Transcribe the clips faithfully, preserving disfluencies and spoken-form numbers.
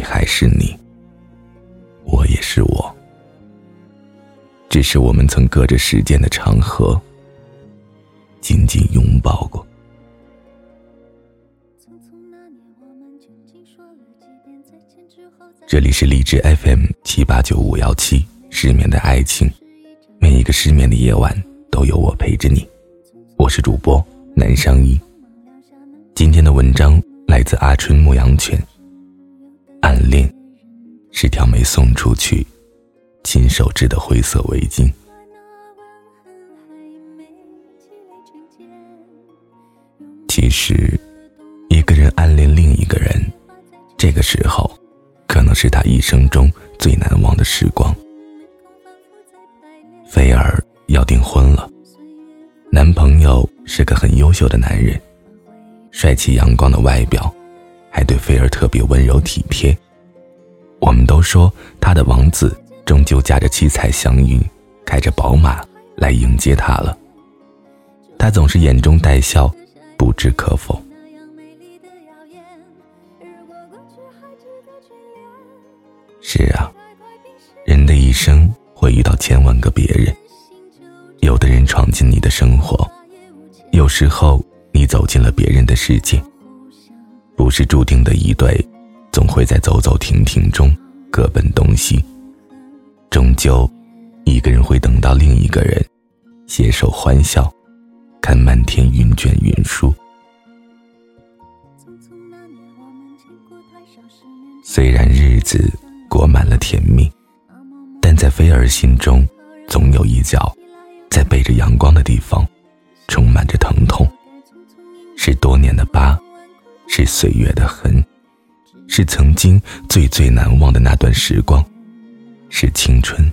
还是你，我也是我，只是我们曾隔着时间的长河紧紧拥抱过。这里是荔枝 F M 七八九五一七，失眠的爱情，每一个失眠的夜晚都有我陪着你。我是主播南商一。今天的文章来自阿春牧羊犬。暗恋是条没送出去亲手织的灰色围巾。其实一个人暗恋另一个人，这个时候可能是他一生中最难忘的时光。菲儿要订婚了，男朋友是个很优秀的男人，帅气阳光的外表，还对菲儿特别温柔体贴。我们都说他的王子终究驾着七彩祥云，开着宝马来迎接他了。他总是眼中带笑，不置可否。是啊，人的一生会遇到千万个别人，有的人闯进你的生活，有时候你走进了别人的世界。不是注定的一对，总会在走走停停中各奔东西，终究一个人会等到另一个人，携手欢笑，看漫天云卷云舒。虽然日子裹满了甜蜜，但在菲儿心中总有一角在背着阳光的地方充满着疼痛，是多年的疤，是岁月的痕，是曾经最最难忘的那段时光，是青春。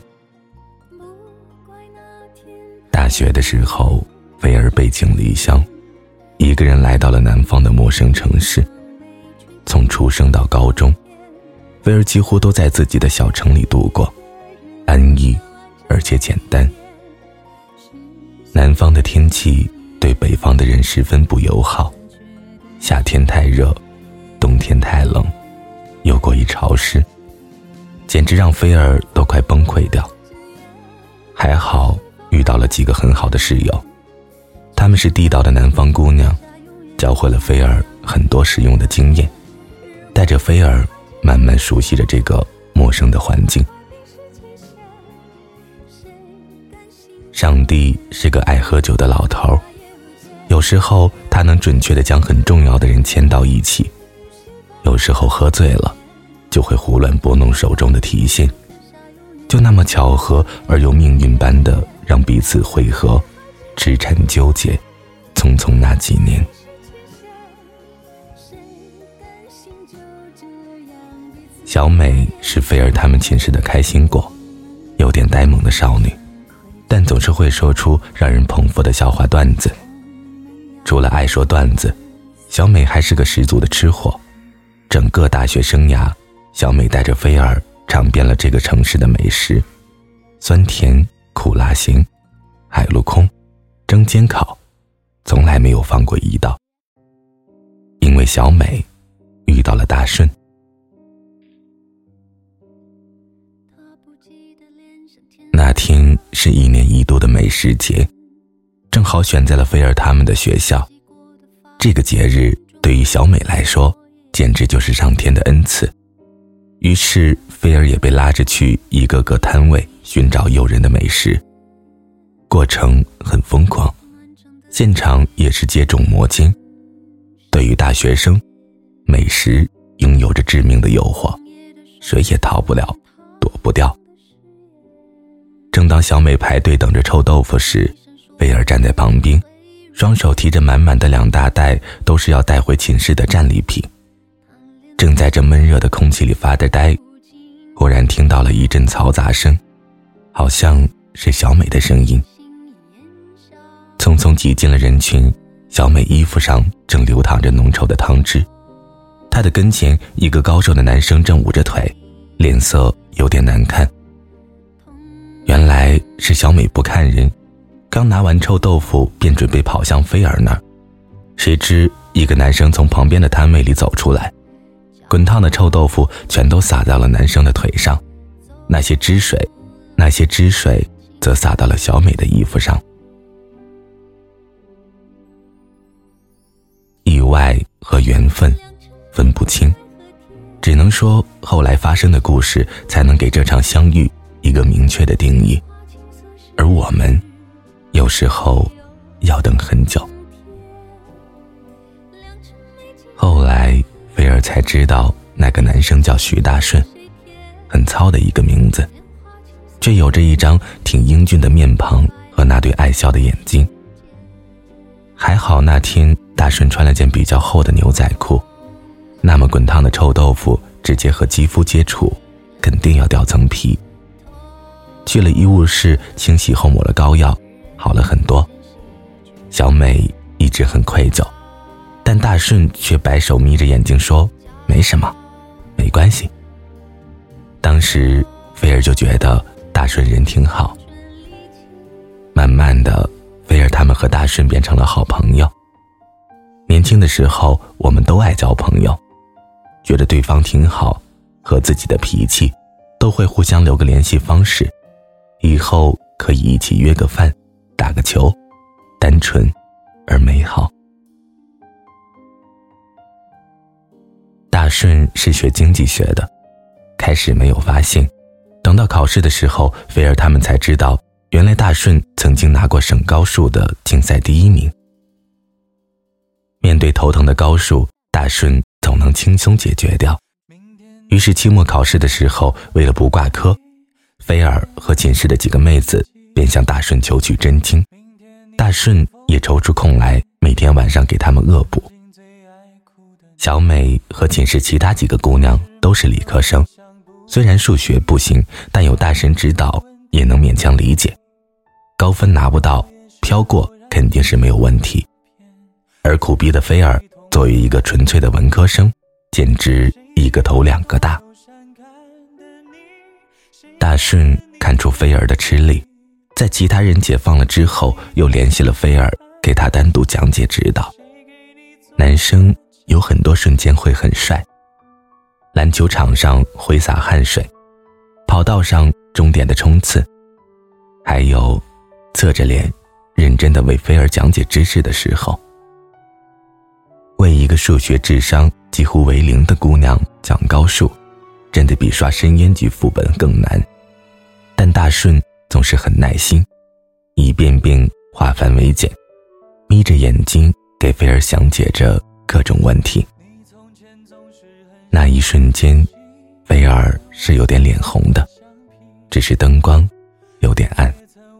大学的时候，菲儿背井离乡，一个人来到了南方的陌生城市。从出生到高中，菲儿几乎都在自己的小城里度过，安逸而且简单。南方的天气对北方的人十分不友好，夏天太热，冬天太冷，又过于潮湿，简直让菲儿都快崩溃掉。还好遇到了几个很好的室友，她们是地道的南方姑娘，教会了菲儿很多实用的经验，带着菲儿慢慢熟悉着这个陌生的环境。上帝是个爱喝酒的老头，有时候他能准确地将很重要的人牵到一起，有时候喝醉了就会胡乱拨弄手中的提线，就那么巧合而又命运般的让彼此会合，痴缠纠结，匆匆那几年。小美是菲儿他们寝室的开心果，有点呆萌的少女，但总是会说出让人捧腹的笑话段子。除了爱说段子，小美还是个十足的吃货。整个大学生涯，小美带着菲儿尝遍了这个城市的美食，酸甜苦辣咸，海陆空，蒸煎烤，从来没有放过一道。因为小美遇到了大顺。那天是一年一度的美食节，正好选在了菲儿他们的学校。这个节日对于小美来说简直就是上天的恩赐，于是菲儿也被拉着去一个个摊位寻找诱人的美食。过程很疯狂，现场也是接踵摩肩。对于大学生，美食拥有着致命的诱惑，谁也逃不了，躲不掉。正当小美排队等着臭豆腐时，菲儿站在旁边，双手提着满满的两大袋都是要带回寝室的战利品。正在这闷热的空气里发着呆，忽然听到了一阵嘈杂声，好像是小美的声音。匆匆挤进了人群，小美衣服上正流淌着浓稠的汤汁，她的跟前一个高瘦的男生正捂着腿，脸色有点难看。原来是小美不看人，刚拿完臭豆腐便准备跑向菲儿那儿，谁知一个男生从旁边的摊位里走出来， 滚烫的臭豆腐全都洒到了男生的腿上，那些汁水那些汁水则洒到了小美的衣服上。意外和缘分分不清，只能说后来发生的故事才能给这场相遇一个明确的定义，而我们有时候要等很久。后来菲儿才知道那个男生叫徐大顺，很糙的一个名字，却有着一张挺英俊的面庞和那对爱笑的眼睛。还好那天大顺穿了件比较厚的牛仔裤，那么滚烫的臭豆腐直接和肌肤接触，肯定要掉层皮。去了医务室清洗后抹了膏药，好了很多。小美一直很愧疚，但大顺却摆手眯着眼睛说没什么，没关系。当时菲儿就觉得大顺人挺好。慢慢的，菲儿他们和大顺变成了好朋友。年轻的时候我们都爱交朋友，觉得对方挺好，和自己的脾气，都会互相留个联系方式，以后可以一起约个饭，打个球，单纯而美好。大顺是学经济学的，开始没有发现，等到考试的时候，菲儿他们才知道，原来大顺曾经拿过省高数的竞赛第一名。面对头疼的高数，大顺总能轻松解决掉。于是期末考试的时候，为了不挂科，菲儿和寝室的几个妹子便向大顺求取真经，大顺也抽出空来，每天晚上给他们恶补。小美和寝室其他几个姑娘都是理科生，虽然数学不行，但有大神指导也能勉强理解，高分拿不到，飘过肯定是没有问题。而苦逼的菲儿作为一个纯粹的文科生，简直一个头两个大。大顺看出菲儿的吃力，在其他人解放了之后，又联系了菲儿给他单独讲解指导。男生有很多瞬间会很帅，篮球场上挥洒汗水，跑道上终点的冲刺，还有侧着脸认真地为菲儿讲解知识的时候。为一个数学智商几乎为零的姑娘讲高数，真的比刷深渊级副本更难。但大顺总是很耐心，一遍遍化繁为简，眯着眼睛给菲儿详解着各种问题。那一瞬间，菲儿是有点脸红的，只是灯光有点暗。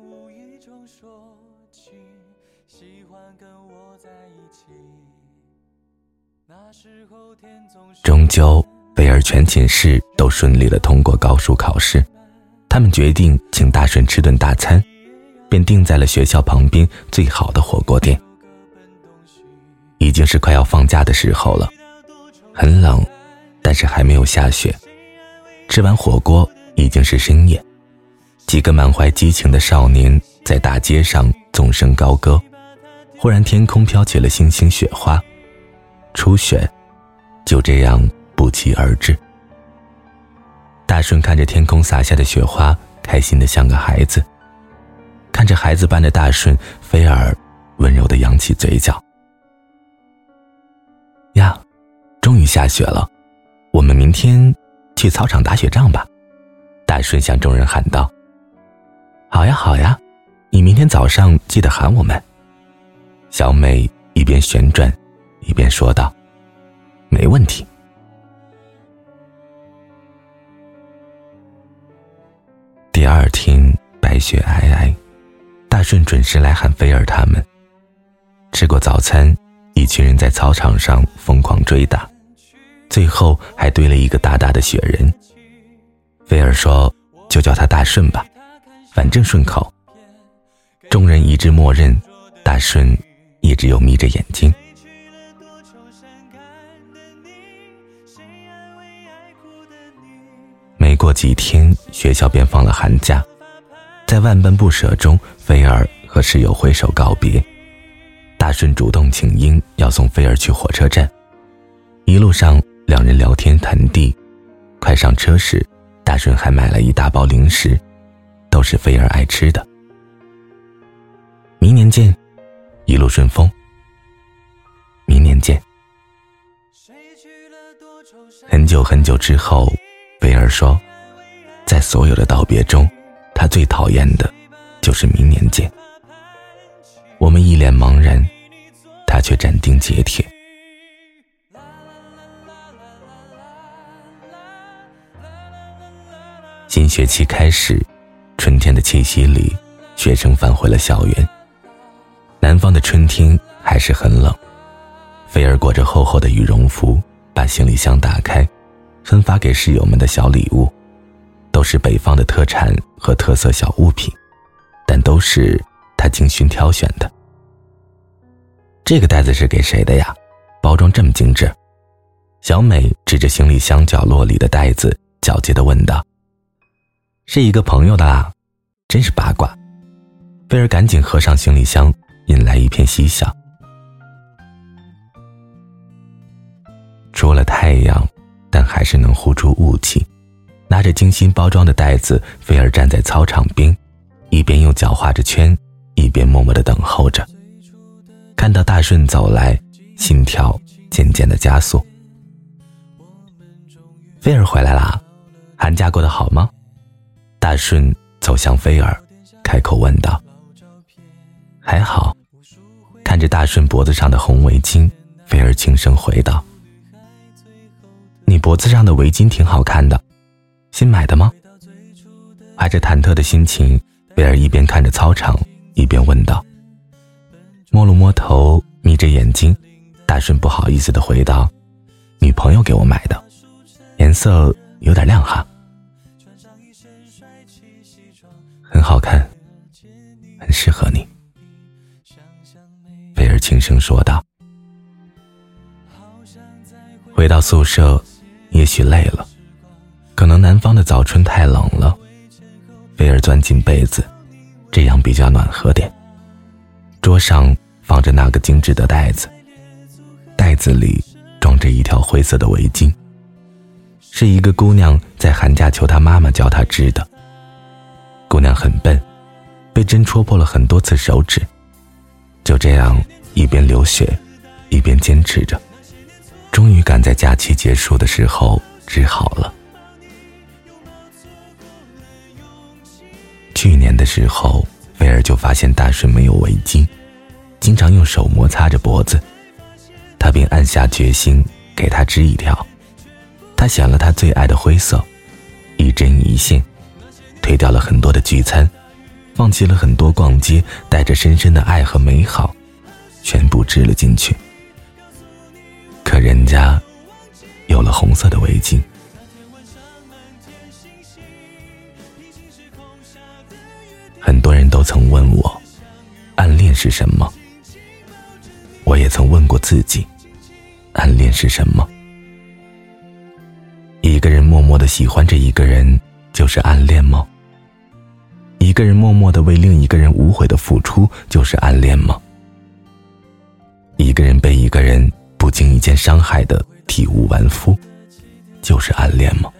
终究菲儿全寝室都顺利地通过高数考试，他们决定请大顺吃顿大餐，便定在了学校旁边最好的火锅店。已经是快要放假的时候了，很冷，但是还没有下雪。吃完火锅已经是深夜，几个满怀激情的少年在大街上纵声高歌。忽然天空飘起了星星雪花，初雪就这样不期而至。大顺看着天空洒下的雪花，开心得像个孩子。看着孩子般的大顺，菲儿温柔地扬起嘴角。呀，终于下雪了，我们明天去操场打雪仗吧。大顺向众人喊道。好呀好呀，你明天早上记得喊我们。小美一边旋转一边说道。没问题。第二天白雪皑皑，大顺准时来喊菲儿他们。吃过早餐，一群人在操场上疯狂追打，最后还堆了一个大大的雪人。菲儿说就叫他大顺吧，反正顺口。众人一致默认，大顺也只有眯着眼睛。没过几天，学校便放了寒假。在万般不舍中，菲儿和室友挥手告别。大顺主动请缨要送菲儿去火车站，一路上两两人聊天谈地。快上车时，大顺还买了一大包零食，都是菲儿爱吃的。明年见，一路顺风。明年见。很久很久之后，菲儿说，在所有的道别中，她最讨厌的就是明年见。我们一脸茫然，她却斩钉截铁。新学期开始，春天的气息里，学生返回了校园。南方的春天还是很冷，菲儿裹着厚厚的羽绒服，把行李箱打开，分发给室友们的小礼物，都是北方的特产和特色小物品，但都是她精心挑选的。这个袋子是给谁的呀？包装这么精致。小美指着行李箱角落里的袋子，狡黠地问道。是一个朋友的啦，真是八卦。菲儿赶紧合上行李箱，引来一片嬉笑。出了太阳，但还是能呼出雾气。拿着精心包装的袋子，菲儿站在操场边，一边用脚画着圈，一边默默地等候着。看到大顺走来，心跳渐渐地加速。菲儿回来啦，寒假过得好吗？大顺走向菲儿，开口问道。还好。看着大顺脖子上的红围巾，菲儿轻声回道。你脖子上的围巾挺好看的，新买的吗？怀着忐忑的心情，菲儿一边看着操场，一边问道。摸了摸头，眯着眼睛，大顺不好意思地回道，女朋友给我买的，颜色有点亮哈。很好看，很适合你。菲儿轻声说道。回到宿舍，也许累了，可能南方的早春太冷了，菲儿钻进被子，这样比较暖和点。桌上放着那个精致的袋子，袋子里装着一条灰色的围巾，是一个姑娘在寒假求她妈妈教她织的。姑娘很笨，被针戳破了很多次手指，就这样一边流血一边坚持着，终于赶在假期结束的时候织好了。去年的时候，菲儿就发现大顺没有围巾，经常用手摩擦着脖子，她便暗下决心给他织一条。她选了她最爱的灰色，一针一线，推掉了很多的聚餐，放弃了很多逛街，带着深深的爱和美好，全部织了进去。可人家有了红色的围巾。很多人都曾问我，暗恋是什么？我也曾问过自己，暗恋是什么？一个人默默地喜欢着一个人，就是暗恋吗？一个人默默地为另一个人无悔的付出，就是暗恋吗？一个人被一个人不经意间伤害的体无完肤，就是暗恋吗？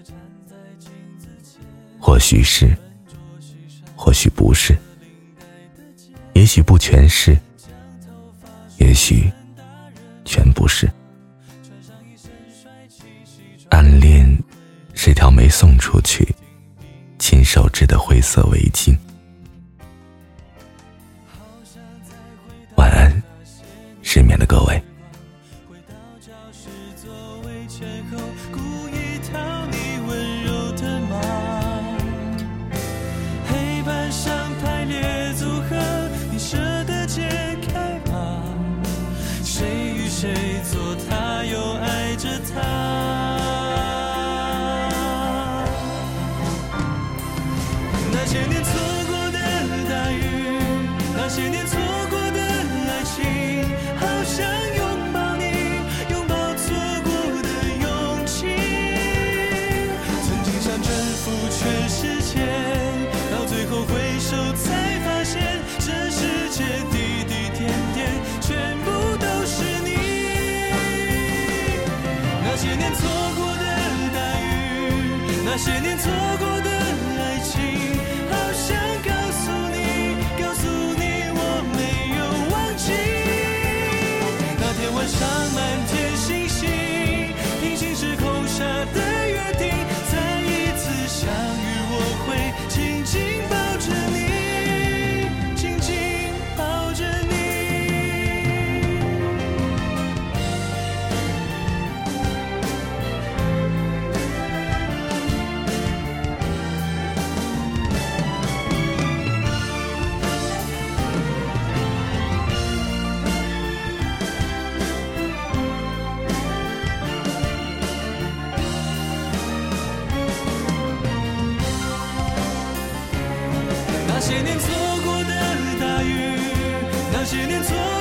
或许是，或许不是，也许不全是，也许全不是。暗恋是条没送出去亲手织的灰色围巾。晚安，失眠的各位。 黑板上排列组合，你舍得解开吗？谁与谁做他，又爱着他。那些年错过的大雨，那些年错过的爱情，好想拥抱你，拥抱错过的勇气。 年错过的大雨，那些年错过的爱情，好想告诉你，告诉你我没有忘记。那天晚上满天星星，平行时空下的约定，再一次相遇我会紧紧抱着你，紧紧抱着你。那些年错过的大雨，那些年错